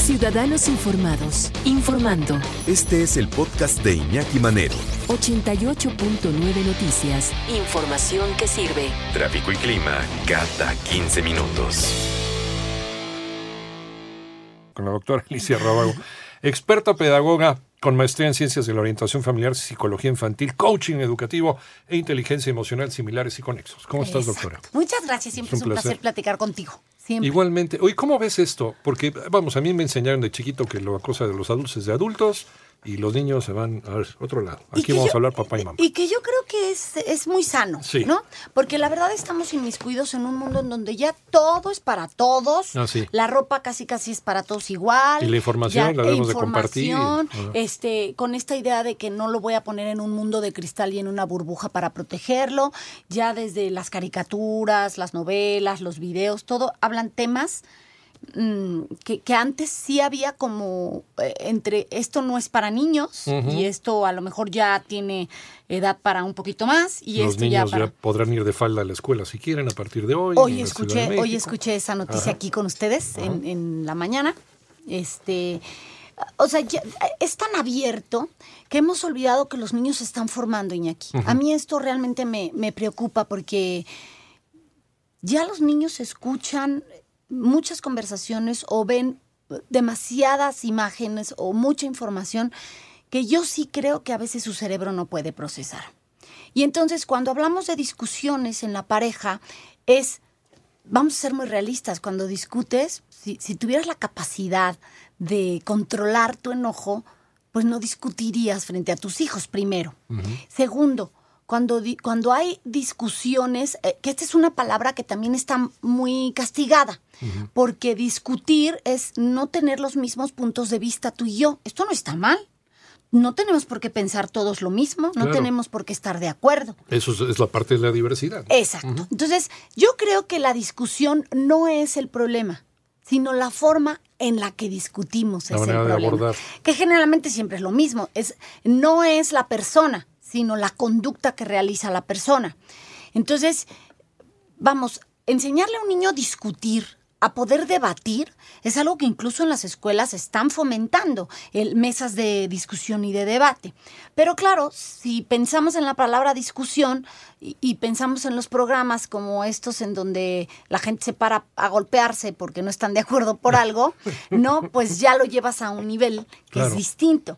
Ciudadanos Informados, informando. Este es el podcast de Iñaki Manero. 88.9 Noticias. Información que sirve. Tráfico y clima cada 15 minutos. Con la doctora Alicia Rábago, experta pedagoga con maestría en Ciencias de la Orientación Familiar, Psicología Infantil, Coaching Educativo e Inteligencia Emocional Similares y Conexos. ¿Cómo estás, doctora? Muchas gracias, siempre es un placer platicar contigo. Siempre. Igualmente. Oye, ¿cómo ves esto? Porque, vamos, a mí me enseñaron de chiquito que la cosa de los adultos es de adultos y los niños se van a otro lado. Aquí vamos a hablar papá y mamá. Y que yo creo que es muy sano, sí, ¿no? Porque la verdad estamos inmiscuidos en un mundo en donde ya todo es para todos. Ah, sí. La ropa casi es para todos igual. Y la información la debemos de compartir. Con esta idea de que no lo voy a poner en un mundo de cristal y en una burbuja para protegerlo. Ya desde las caricaturas, las novelas, los videos, todo hablan temas que antes sí había como entre esto no es para niños y esto a lo mejor ya tiene edad para un poquito más y los esto niños ya podrán ir de falda a la escuela si quieren a partir de hoy. Hoy escuché esa noticia aquí con ustedes en la mañana. O sea, ya es tan abierto que hemos olvidado que los niños se están formando, Iñaki. A mí esto realmente me preocupa porque ya los niños escuchan muchas conversaciones o ven demasiadas imágenes o mucha información que yo sí creo que a veces su cerebro no puede procesar. Y entonces cuando hablamos de discusiones en la pareja vamos a ser muy realistas, cuando discutes, si tuvieras la capacidad de controlar tu enojo, pues no discutirías frente a tus hijos primero. Segundo, cuando hay discusiones, que esta es una palabra que también está muy castigada, porque discutir es no tener los mismos puntos de vista tú y yo. Esto no está mal. No tenemos por qué pensar todos lo mismo, no tenemos por qué estar de acuerdo. Eso es la parte de la diversidad. Exacto. Entonces, yo creo que la discusión no es el problema, sino la forma en la que discutimos es el problema. De abordar. Que generalmente siempre es lo mismo. No es la persona, sino la conducta que realiza la persona. Entonces, enseñarle a un niño a discutir, a poder debatir, es algo que incluso en las escuelas están fomentando, mesas de discusión y de debate. Pero claro, si pensamos en la palabra discusión y pensamos en los programas como estos en donde la gente se para a golpearse porque no están de acuerdo por algo, no, pues ya lo llevas a un nivel que es distinto.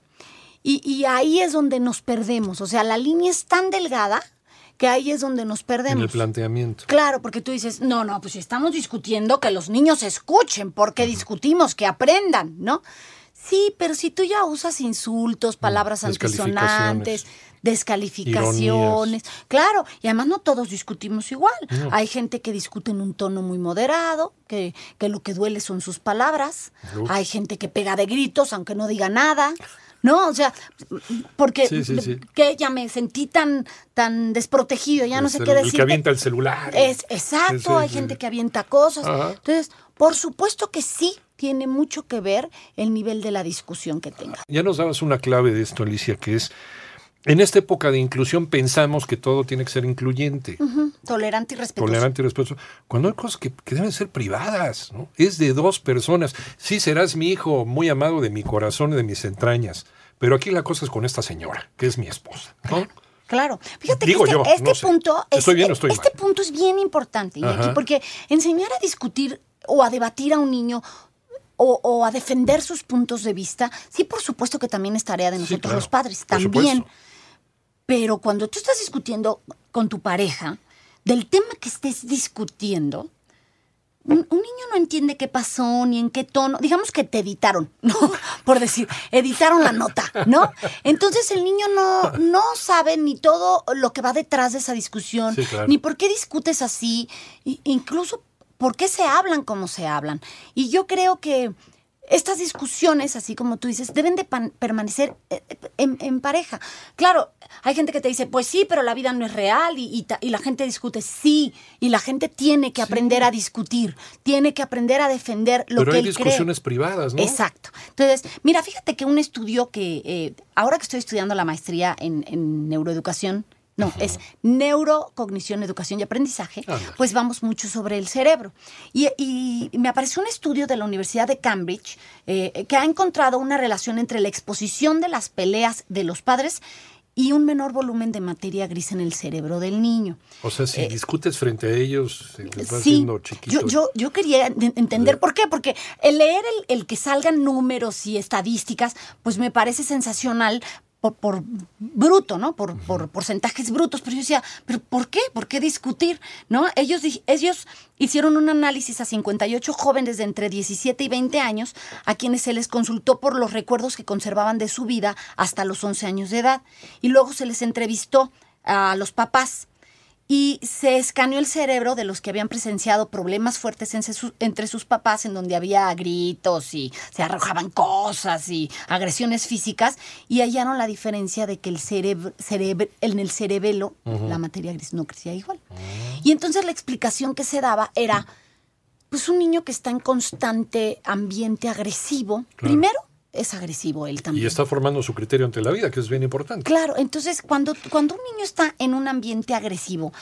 Y ahí es donde nos perdemos. O sea, la línea es tan delgada que ahí es donde nos perdemos. En el planteamiento. Claro, porque tú dices, no, pues estamos discutiendo que los niños escuchen, porque discutimos, que aprendan, ¿no? Sí, pero si tú ya usas insultos, palabras antisonantes, descalificaciones. Ironías. Claro, y además no todos discutimos igual. No. Hay gente que discute en un tono muy moderado, que lo que duele son sus palabras. Hay gente que pega de gritos, aunque no diga nada. No, o sea, porque que ya me sentí tan desprotegido, ya no sé qué decir. El que avienta el celular. Exacto, hay gente que avienta cosas. Entonces, por supuesto que sí tiene mucho que ver el nivel de la discusión que tenga. Ya nos dabas una clave de esto, Alicia, que es, en esta época de inclusión pensamos que todo tiene que ser incluyente. Tolerante y respetuoso. Cuando hay cosas que deben ser privadas, ¿no? Es de dos personas. Sí, serás mi hijo muy amado de mi corazón y de mis entrañas, pero aquí la cosa es con esta señora, que es mi esposa, ¿no? Claro. Fíjate que este punto es bien importante, Iñaki, porque enseñar a discutir o a debatir a un niño o a defender sus puntos de vista, sí, por supuesto que también es tarea de nosotros los padres, también. Pero cuando tú estás discutiendo con tu pareja, del tema que estés discutiendo, un niño no entiende qué pasó, ni en qué tono. Digamos que te editaron, ¿no? Por decir, editaron la nota, ¿no? Entonces el niño no sabe ni todo lo que va detrás de esa discusión, ni por qué discutes así, incluso por qué se hablan como se hablan. Y yo creo que estas discusiones, así como tú dices, deben de permanecer en pareja. Claro, hay gente que te dice, pues sí, pero la vida no es real y la gente discute. Sí, y la gente tiene que aprender a discutir, tiene que aprender a defender lo que él cree. Pero hay discusiones privadas, ¿no? Exacto. Entonces, mira, fíjate que un estudio que ahora que estoy estudiando la maestría en neuroeducación, no, es neurocognición, educación y aprendizaje, pues vamos mucho sobre el cerebro. Y me apareció un estudio de la Universidad de Cambridge que ha encontrado una relación entre la exposición de las peleas de los padres y un menor volumen de materia gris en el cerebro del niño. O sea, si discutes frente a ellos, se les va sí, haciendo chiquito. Yo quería entender por qué, porque el leer el que salgan números y estadísticas, pues me parece sensacional por bruto, ¿no? Por porcentajes brutos, pero yo decía, ¿pero por qué? ¿Por qué discutir? ¿No? Ellos hicieron un análisis a 58 jóvenes de entre 17 y 20 años a quienes se les consultó por los recuerdos que conservaban de su vida hasta los 11 años de edad. Y luego se les entrevistó a los papás y se escaneó el cerebro de los que habían presenciado problemas fuertes entre sus papás, en donde había gritos y se arrojaban cosas y agresiones físicas, y hallaron la diferencia de que en el cerebelo la materia gris no crecía igual. Y entonces la explicación que se daba era, pues un niño que está en constante ambiente agresivo, primero, es agresivo él también. Y está formando su criterio ante la vida, que es bien importante. Claro, entonces cuando un niño está en un ambiente agresivo,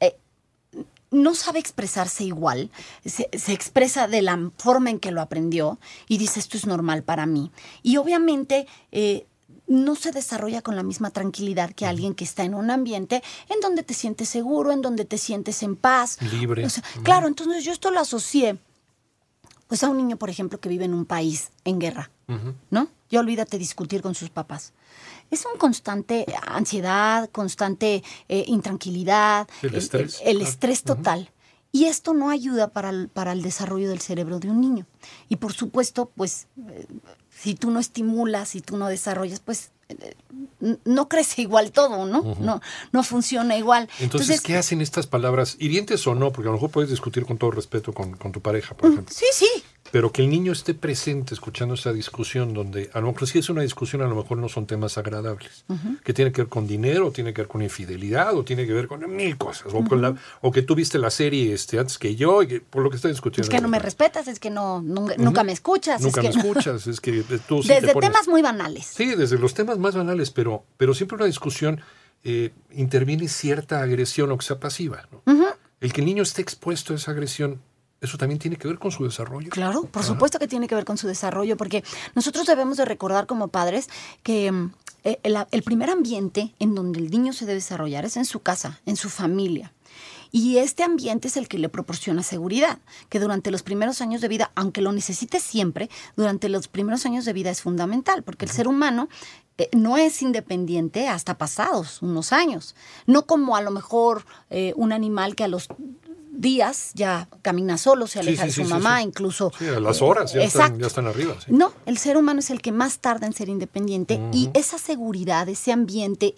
no sabe expresarse igual, se expresa de la forma en que lo aprendió y dice, esto es normal para mí. Y obviamente no se desarrolla con la misma tranquilidad que alguien que está en un ambiente en donde te sientes seguro, en donde te sientes en paz. Libre. O sea, claro, entonces yo esto lo asocié pues a un niño, por ejemplo, que vive en un país en guerra, ¿no? Ya olvídate discutir con sus papás. Es un constante ansiedad, constante intranquilidad, el estrés. El estrés total. Y esto no ayuda para el desarrollo del cerebro de un niño. Y por supuesto, pues, si tú no estimulas, si tú no desarrollas, pues no crece igual todo, ¿no? No funciona igual. Entonces, ¿qué hacen estas palabras, hirientes o no? Porque a lo mejor puedes discutir con todo respeto con tu pareja, por ejemplo. Sí. Pero que el niño esté presente escuchando esa discusión, donde a lo mejor si es una discusión, a lo mejor no son temas agradables, que tiene que ver con dinero, o tiene que ver con infidelidad, o tiene que ver con mil cosas, o que tú viste la serie antes que yo, y que, por lo que está discutiendo. Es que no me respetas, es que nunca me escuchas. Nunca me escuchas, es que tú sí desde temas muy banales. Sí, desde los temas más banales, pero siempre una discusión interviene cierta agresión o que sea pasiva, ¿no? El que el niño esté expuesto a esa agresión, eso también tiene que ver con su desarrollo. Claro, por supuesto que tiene que ver con su desarrollo, porque nosotros debemos de recordar como padres que el primer ambiente en donde el niño se debe desarrollar es en su casa, en su familia. Y este ambiente es el que le proporciona seguridad, que durante los primeros años de vida, aunque lo necesite siempre, durante los primeros años de vida es fundamental, porque el ser humano no es independiente hasta pasados unos años. No como a lo mejor un animal que a los días ya camina solo, se aleja de su mamá, incluso... Sí, a las horas ya están arriba. Sí. No, el ser humano es el que más tarda en ser independiente y esa seguridad, ese ambiente,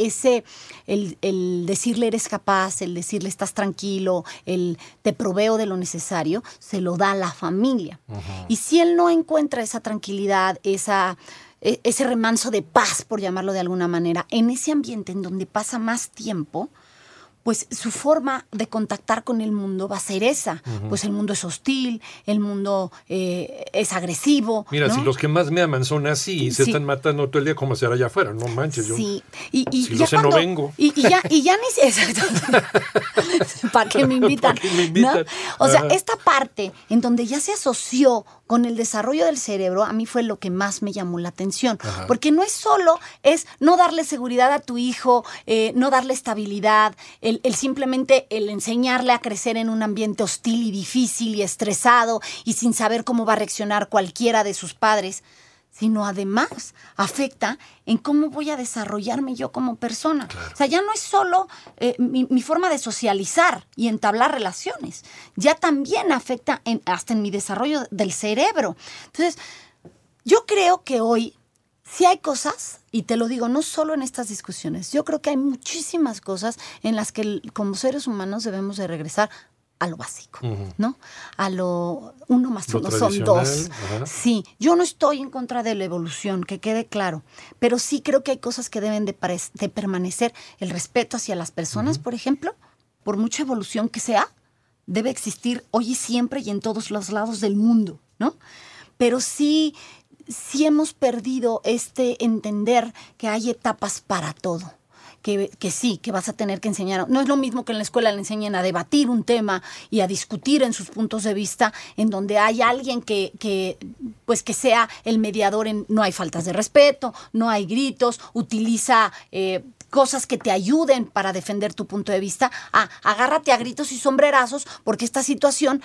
el decirle eres capaz, el decirle estás tranquilo, el te proveo de lo necesario, se lo da a la familia. Y si él no encuentra esa tranquilidad, ese remanso de paz, por llamarlo de alguna manera, en ese ambiente en donde pasa más tiempo, pues su forma de contactar con el mundo va a ser esa. Pues el mundo es hostil, el mundo es agresivo. Mira, ¿no? Si los que más me aman son así y se están matando todo el día, ¿cómo será allá afuera? No manches, yo. Sí. Si lo sé, no vengo. Y ya ni... Exacto. ¿Para qué me invitan? ¿No? O sea, esta parte en donde ya se asoció con el desarrollo del cerebro, a mí fue lo que más me llamó la atención. Porque no es solo, es no darle seguridad a tu hijo, no darle estabilidad, el simplemente el enseñarle a crecer en un ambiente hostil y difícil y estresado y sin saber cómo va a reaccionar cualquiera de sus padres, sino además afecta en cómo voy a desarrollarme yo como persona. Claro. O sea, ya no es solo mi forma de socializar y entablar relaciones, ya también afecta hasta en mi desarrollo del cerebro. Entonces, yo creo que hoy sí hay cosas, y te lo digo, no solo en estas discusiones, yo creo que hay muchísimas cosas en las que como seres humanos debemos de regresar a lo básico, ¿no? A lo 1 más 1 son 2. Sí, yo no estoy en contra de la evolución, que quede claro, pero sí creo que hay cosas que deben de permanecer. El respeto hacia las personas, por ejemplo, por mucha evolución que sea, debe existir hoy y siempre y en todos los lados del mundo, ¿no? Pero sí hemos perdido entender que hay etapas para todo, sí, que vas a tener que enseñar. No es lo mismo que en la escuela le enseñen a debatir un tema y a discutir en sus puntos de vista, en donde hay alguien que sea el mediador no hay faltas de respeto, no hay gritos, utiliza cosas que te ayuden para defender tu punto de vista. Agárrate a gritos y sombrerazos porque esta situación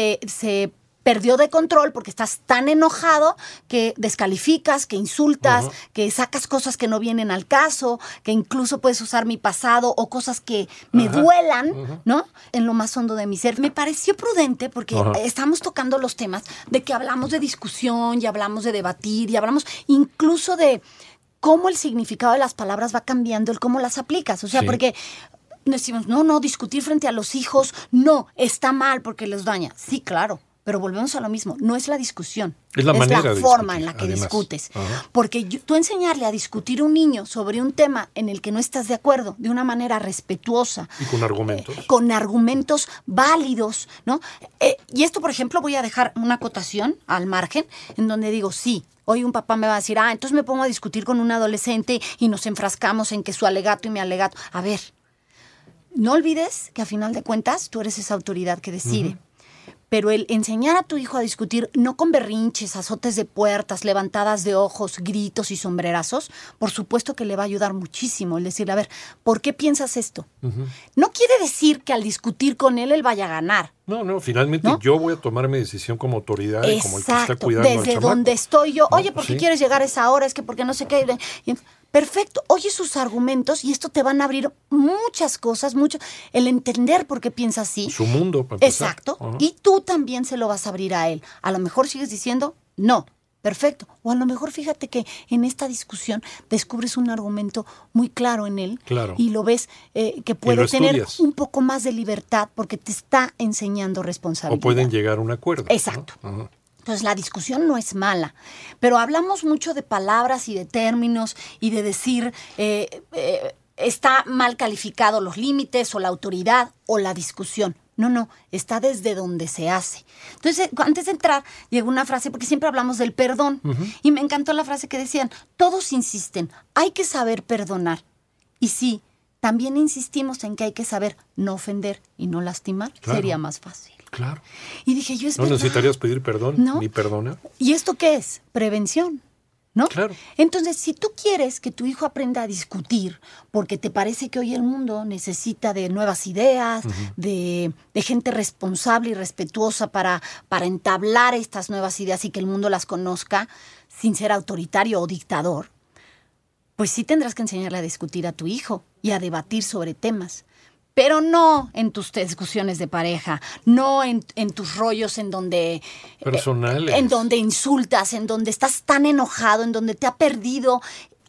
se perdió de control porque estás tan enojado que descalificas, que insultas, que sacas cosas que no vienen al caso, que incluso puedes usar mi pasado o cosas que me duelan, ¿no? En lo más hondo de mi ser. Me pareció prudente porque estamos tocando los temas de que hablamos de discusión y hablamos de debatir y hablamos incluso de cómo el significado de las palabras va cambiando, el cómo las aplicas. O sea, porque decimos, no, discutir frente a los hijos, no, está mal porque les daña. Sí, claro. Pero volvemos a lo mismo, no es la discusión, es la forma en la que discutes. Porque tú enseñarle a discutir a un niño sobre un tema en el que no estás de acuerdo, de una manera respetuosa. Y con argumentos. Con argumentos válidos, ¿no? Y esto, por ejemplo, voy a dejar una acotación al margen, en donde digo, sí, hoy un papá me va a decir, entonces me pongo a discutir con un adolescente y nos enfrascamos en que su alegato y mi alegato. A ver, no olvides que a final de cuentas tú eres esa autoridad que decide. Pero el enseñar a tu hijo a discutir, no con berrinches, azotes de puertas, levantadas de ojos, gritos y sombrerazos, por supuesto que le va a ayudar muchísimo el decirle, a ver, ¿por qué piensas esto? No quiere decir que al discutir con él vaya a ganar. No, finalmente yo voy a tomar mi decisión como autoridad y como el que está cuidando al desde chamaco. donde estoy yo. Oye, ¿por qué quieres llegar a esa hora? Es que porque no sé qué. Perfecto, oye sus argumentos y esto te van a abrir muchas cosas, el entender por qué piensa así. Su mundo, para empezar. Exacto, y tú también se lo vas a abrir a él. A lo mejor sigues diciendo, no, perfecto. O a lo mejor fíjate que en esta discusión descubres un argumento muy claro en él y lo ves que puede tener un poco más de libertad porque te está enseñando responsabilidad. O pueden llegar a un acuerdo. Exacto. Entonces, la discusión no es mala, pero hablamos mucho de palabras y de términos y de decir está mal calificado los límites o la autoridad o la discusión. No, está desde donde se hace. Entonces, antes de entrar, llegó una frase, porque siempre hablamos del perdón, y me encantó la frase que decían, todos insisten, hay que saber perdonar. Y sí, también insistimos en que hay que saber no ofender y no lastimar. Sería más fácil. Claro. Y dije, yo no necesitarías pedir perdón ni perdonar. ¿Y esto qué es? Prevención, ¿no? Claro. Entonces, si tú quieres que tu hijo aprenda a discutir, porque te parece que hoy el mundo necesita de nuevas ideas, de gente responsable y respetuosa para entablar estas nuevas ideas y que el mundo las conozca sin ser autoritario o dictador, pues sí tendrás que enseñarle a discutir a tu hijo y a debatir sobre temas. Pero no en tus discusiones de pareja, no en tus rollos en donde... personales. En donde insultas, en donde estás tan enojado, en donde te has perdido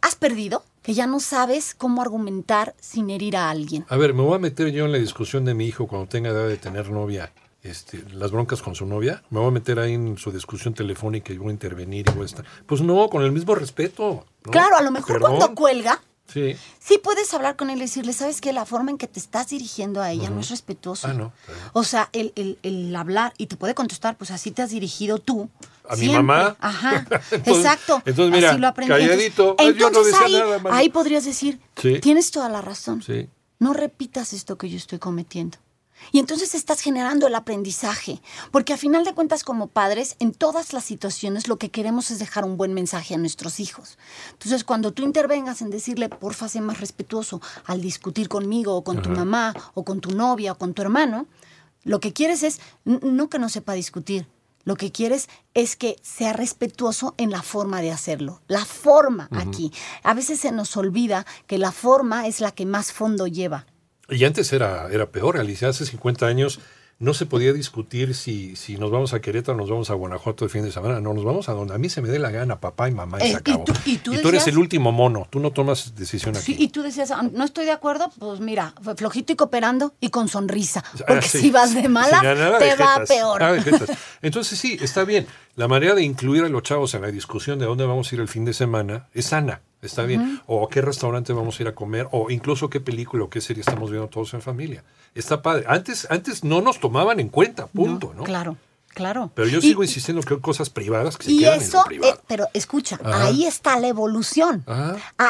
que ya no sabes cómo argumentar sin herir a alguien. A ver, me voy a meter yo en la discusión de mi hijo cuando tenga edad de tener novia, las broncas con su novia, me voy a meter ahí en su discusión telefónica y voy a intervenir y voy a estar... Pues no, con el mismo respeto, ¿no? Claro, a lo mejor cuando cuelga... Sí puedes hablar con él y decirle, ¿sabes qué? La forma en que te estás dirigiendo a ella no es respetuosa. No. O sea, el hablar, y te puede contestar, pues así te has dirigido tú. A siempre. Mi mamá. Ajá, exacto. Entonces, mira, así lo aprendí. calladito, yo no decía nada, mamá. Ahí podrías decir, tienes toda la razón. Sí. No repitas esto que yo estoy cometiendo. Y entonces estás generando el aprendizaje, porque a final de cuentas como padres, en todas las situaciones lo que queremos es dejar un buen mensaje a nuestros hijos. Entonces cuando tú intervengas en decirle, porfa, sé más respetuoso al discutir conmigo o con tu mamá o con tu novia o con tu hermano, lo que quieres es no que no sepa discutir, lo que quieres es que sea respetuoso en la forma de hacerlo. La forma aquí. A veces se nos olvida que la forma es la que más fondo lleva. Y antes era peor, Alicia. Hace 50 años no se podía discutir si nos vamos a Querétaro o nos vamos a Guanajuato el fin de semana. No, nos vamos a donde a mí se me dé la gana, papá y mamá, y se acabó. Y tú eres el último mono, tú no tomas decisión aquí. Sí, y tú decías, no estoy de acuerdo, pues mira, flojito y cooperando y con sonrisa. Porque si vas de mala, te va peor. Entonces sí, está bien. La manera de incluir a los chavos en la discusión de dónde vamos a ir el fin de semana es sana. Está bien. O a qué restaurante vamos a ir a comer, o incluso qué película o qué serie estamos viendo todos en familia. Está padre. Antes no nos tomaban en cuenta, punto, ¿no? Claro. Pero yo sigo insistiendo que hay cosas privadas que se quedan en lo privado. Pero escucha, ahí está la evolución. Ahí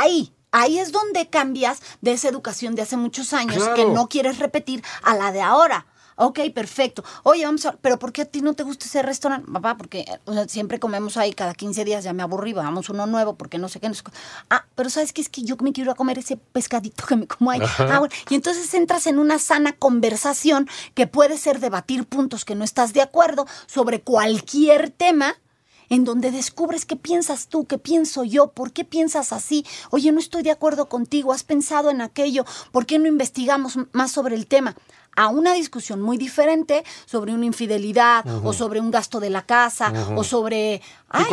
ahí es donde cambias de esa educación de hace muchos años que no quieres repetir a la de ahora. Ok, perfecto. Oye, pero ¿por qué a ti no te gusta ese restaurante? Papá, porque siempre comemos ahí cada 15 días, ya me aburrí, vamos uno nuevo, porque no sé qué. No sé. Pero ¿sabes qué? Es que yo me quiero ir a comer ese pescadito que me como ahí. Bueno. Y entonces entras en una sana conversación que puede ser debatir puntos que no estás de acuerdo sobre cualquier tema, en donde descubres qué piensas tú, qué pienso yo, por qué piensas así. Oye, no estoy de acuerdo contigo, has pensado en aquello, ¿por qué no investigamos más sobre el tema? A una discusión muy diferente sobre una infidelidad o sobre un gasto de la casa o sobre,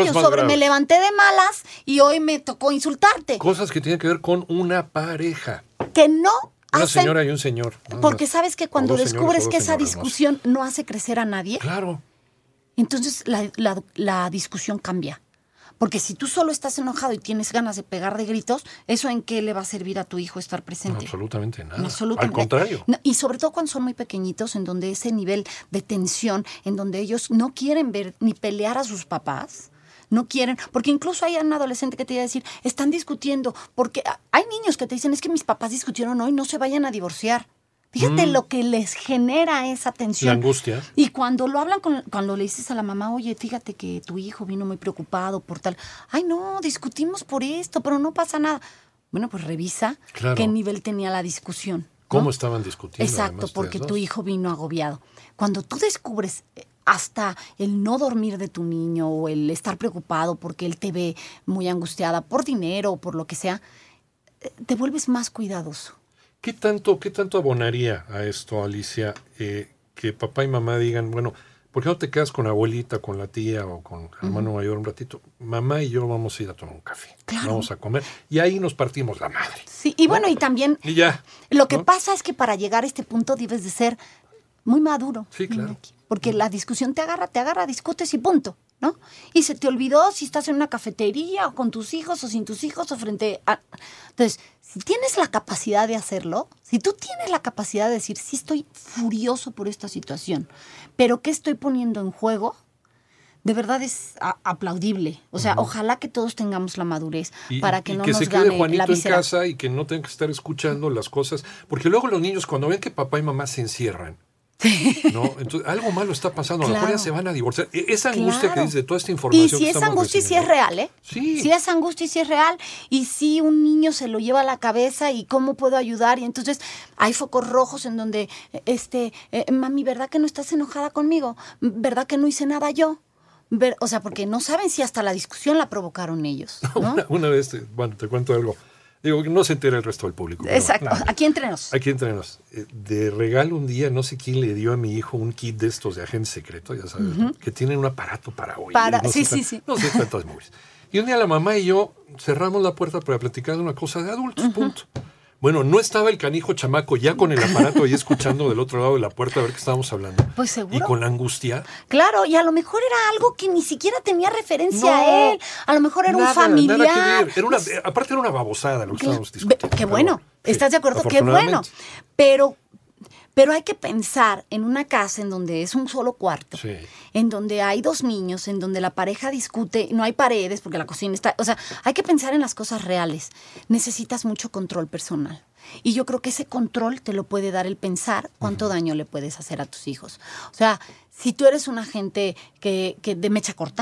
me levanté de malas y hoy me tocó insultarte. Cosas que tienen que ver con una pareja. Que no una señora y un señor. Porque sabes que cuando descubres que esa discusión no hace crecer a nadie, claro, entonces la discusión cambia. Porque si tú solo estás enojado y tienes ganas de pegar de gritos, ¿eso en qué le va a servir a tu hijo estar presente? No, absolutamente nada. Al contrario. Y sobre todo cuando son muy pequeñitos, en donde ese nivel de tensión, en donde ellos no quieren ver ni pelear a sus papás, no quieren, porque incluso hay un adolescente que te iba a decir, están discutiendo, porque hay niños que te dicen, es que mis papás discutieron hoy, no se vayan a divorciar. Fíjate lo que les genera esa tensión. La angustia. Y cuando lo hablan, cuando le dices a la mamá, oye, fíjate que tu hijo vino muy preocupado por tal. Ay, no, discutimos por esto, pero no pasa nada. Bueno, pues revisa qué nivel tenía la discusión, ¿no? ¿Cómo estaban discutiendo? Exacto, porque tu hijo vino agobiado. Cuando tú descubres hasta el no dormir de tu niño o el estar preocupado porque él te ve muy angustiada por dinero o por lo que sea, te vuelves más cuidadoso. ¿Qué tanto abonaría a esto, Alicia, que papá y mamá digan, bueno, ¿por qué no te quedas con la abuelita, con la tía o con el hermano mayor un ratito? Mamá y yo vamos a ir a tomar un café, vamos a comer, y ahí nos partimos la madre. Sí, y bueno, y también y ya, lo que pasa es que para llegar a este punto debes de ser muy maduro. Sí, claro. Porque la discusión te agarra, discutes y punto, ¿no? Y se te olvidó si estás en una cafetería o con tus hijos o sin tus hijos o frente a... Entonces, si tienes la capacidad de hacerlo, si tú tienes la capacidad de decir, sí estoy furioso por esta situación, pero ¿qué estoy poniendo en juego? De verdad es aplaudible. O sea, ojalá que todos tengamos la madurez para que no nos gane la visera. Que se quede Juanito en casa y que no tenga que estar escuchando las cosas. Porque luego los niños, cuando ven que papá y mamá se encierran, ¿no? Entonces, algo malo está pasando. A lo mejor ya se van a divorciar. Esa angustia que dice, toda esta información. Y si esa angustia sí es real, ¿eh? Sí. Si esa angustia sí es real. Y si un niño se lo lleva a la cabeza y cómo puedo ayudar. Y entonces hay focos rojos en donde, mami, ¿verdad que no estás enojada conmigo? ¿Verdad que no hice nada yo? O sea, porque no saben si hasta la discusión la provocaron ellos, ¿no? Una vez, te cuento algo. Digo, que no se entera el resto del público. Exacto, aquí entre nos. Aquí entre nos. De regalo un día, no sé quién le dio a mi hijo un kit de estos de agente secreto, ya sabes, ¿no? Que tienen un aparato para oír. Sí. No sé cuántas movies. Y un día la mamá y yo cerramos la puerta para platicar de una cosa de adultos, punto. Bueno, no estaba el canijo chamaco ya con el aparato ahí escuchando del otro lado de la puerta a ver qué estábamos hablando. Pues seguro. Y con la angustia. Claro, y a lo mejor era algo que ni siquiera tenía referencia a él. A lo mejor era un familiar. Nada que ver. Aparte era una babosada lo que estábamos discutiendo. Qué bueno. ¿Estás de acuerdo? Qué bueno. Pero hay que pensar en una casa en donde es un solo cuarto, en donde hay dos niños, en donde la pareja discute, no hay paredes porque la cocina está... O sea, hay que pensar en las cosas reales. Necesitas mucho control personal. Y yo creo que ese control te lo puede dar el pensar cuánto daño le puedes hacer a tus hijos. O sea, si tú eres una gente que de mecha corta,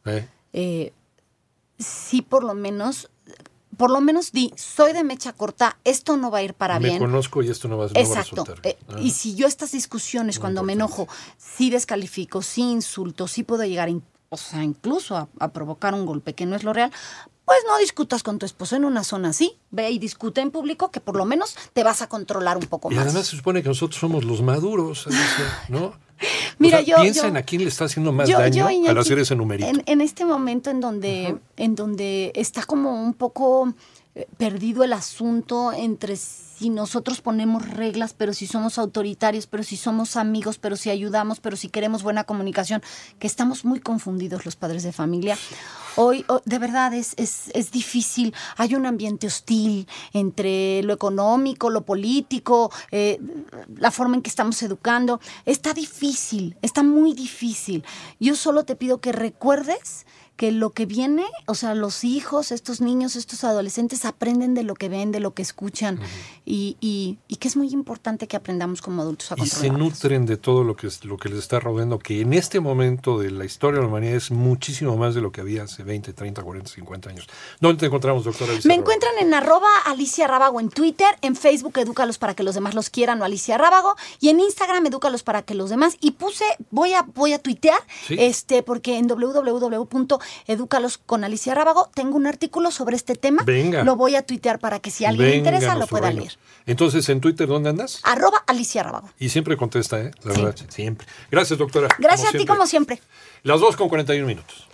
sí por lo menos di, soy de mecha corta, esto no va a ir para bien. Me conozco y esto no va a resultar. Y si yo estas discusiones, cuando me enojo, sí descalifico, sí insulto, sí puedo llegar, incluso a provocar un golpe, que no es lo real, pues no discutas con tu esposo en una zona así. Ve y discute en público, que por lo menos te vas a controlar un poco más. Y además se supone que nosotros somos los maduros, ¿no? Mira, piensa en a quién le está haciendo más daño al hacer ese numerito. En este momento en donde está como un poco perdido el asunto entre si nosotros ponemos reglas, pero si somos autoritarios, pero si somos amigos, pero si ayudamos, pero si queremos buena comunicación, que estamos muy confundidos los padres de familia. Hoy de verdad es difícil. Hay un ambiente hostil entre lo económico, lo político, la forma en que estamos educando. Está difícil, está muy difícil. Yo solo te pido que recuerdes que lo que viene, o sea, los hijos, estos niños, estos adolescentes aprenden de lo que ven, de lo que escuchan, y que es muy importante que aprendamos como adultos a controlarlos. Y se nutren de todo lo que les está rodeando, que en este momento de la historia de la humanidad es muchísimo más de lo que había hace 20, 30, 40, 50 años. ¿Dónde te encontramos, doctora Alicia Rábago? Me encuentran en @AliciaRábago en Twitter, en Facebook Edúcalos para que los demás los quieran o Alicia Rábago, y en Instagram Edúcalos para que los demás, y voy a tuitear, ¿sí? Porque en www.edúcalos con Alicia Rábago tengo un artículo sobre este tema. Venga. Lo voy a tuitear para que si a alguien le interesa lo pueda leer. Entonces, ¿en Twitter dónde andas? @Alicia Rábago. Y siempre contesta, La verdad, siempre. Gracias, doctora. Gracias a ti, como siempre. Las 2:41.